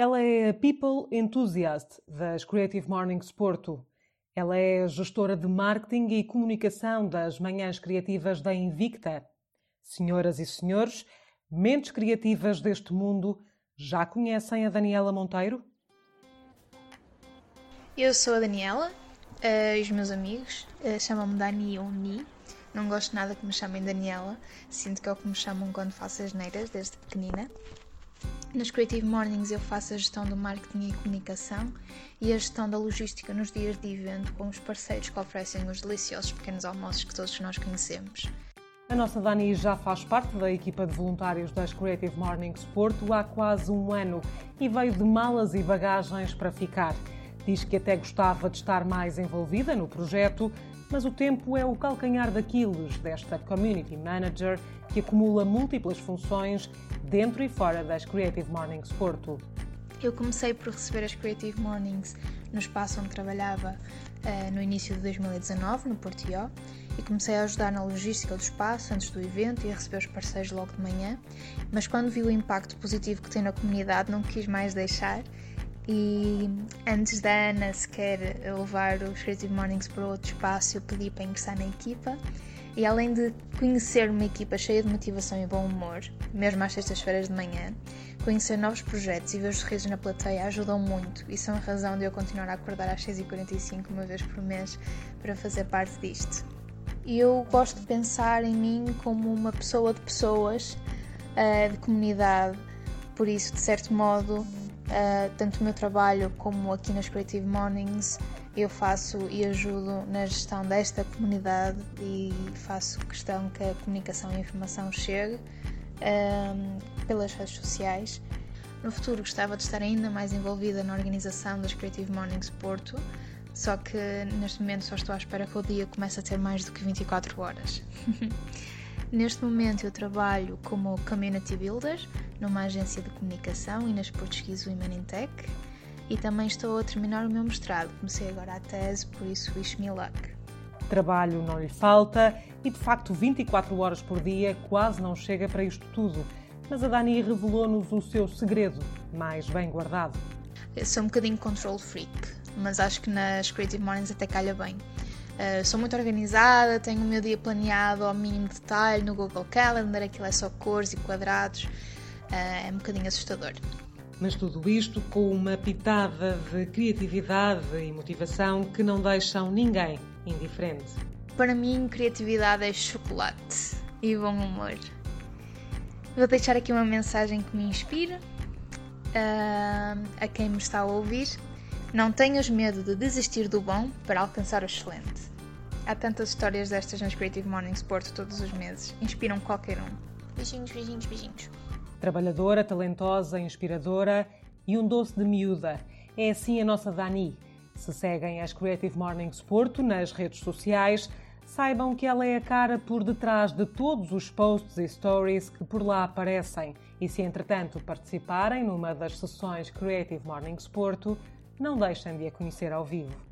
Ela é a People Enthusiast das Creative Mornings Porto. Ela é gestora de marketing e comunicação das manhãs criativas da Invicta. Senhoras e senhores, mentes criativas deste mundo, já conhecem a Daniela Monteiro? Eu sou a Daniela, e os meus amigos chamam-me Dani ou Ni. Não gosto nada que me chamem Daniela, sinto que é o que me chamam quando faço asneiras, desde pequenina. Nas Creative Mornings eu faço a gestão do marketing e comunicação e a gestão da logística nos dias de evento com os parceiros que oferecem os deliciosos pequenos almoços que todos nós conhecemos. A nossa Dani já faz parte da equipa de voluntários das Creative Mornings Porto há quase um ano e veio de malas e bagagens para ficar. Diz que até gostava de estar mais envolvida no projeto, mas o tempo é o calcanhar daqueles desta Community Manager que acumula múltiplas funções dentro e fora das Creative Mornings Porto. Eu comecei por receber as Creative Mornings no espaço onde trabalhava no início de 2019, no Portió, e comecei a ajudar na logística do espaço antes do evento e a receber os parceiros logo de manhã, mas quando vi o impacto positivo que tem na comunidade não quis mais deixar. E antes da Ana sequer levar os Creative Mornings para outro espaço, eu pedi para ingressar na equipa. E além de conhecer uma equipa cheia de motivação e bom humor, mesmo às sextas-feiras de manhã, conhecer novos projetos e ver os sorrisos na plateia ajudam muito e são a razão de eu continuar a acordar às 6h45 uma vez por mês para fazer parte disto. E eu gosto de pensar em mim como uma pessoa de pessoas, de comunidade, por isso, de certo modo, tanto o meu trabalho como aqui nas Creative Mornings eu faço e ajudo na gestão desta comunidade e faço questão que a comunicação e a informação chegue pelas redes sociais. No futuro gostava de estar ainda mais envolvida na organização das Creative Mornings Porto, só que neste momento só estou à espera que o dia comece a ter mais do que 24 horas. Neste momento eu trabalho como Community Builder numa agência de comunicação e nas Portuguese Women in Tech e também estou a terminar o meu mestrado. Comecei agora a tese, por isso wish me luck. Trabalho não lhe falta e de facto 24 horas por dia quase não chega para isto tudo. Mas a Dani revelou-nos o seu segredo, mais bem guardado. Eu sou um bocadinho control freak, mas acho que nas Creative Mornings até calha bem. Sou muito organizada, tenho o meu dia planeado ao mínimo detalhe no Google Calendar, aquilo é só cores e quadrados, é um bocadinho assustador. Mas tudo isto com uma pitada de criatividade e motivação que não deixam ninguém indiferente. Para mim, criatividade é chocolate e bom humor. Vou deixar aqui uma mensagem que me inspira a quem me está a ouvir. Não tenhas medo de desistir do bom para alcançar o excelente. Há tantas histórias destas nas Creative Mornings Porto todos os meses. Inspiram qualquer um. Beijinhos, beijinhos, beijinhos. Trabalhadora, talentosa, inspiradora e um doce de miúda. É assim a nossa Dani. Se seguem as Creative Mornings Porto nas redes sociais, saibam que ela é a cara por detrás de todos os posts e stories que por lá aparecem. E se entretanto participarem numa das sessões Creative Mornings Porto, não deixem de a conhecer ao vivo.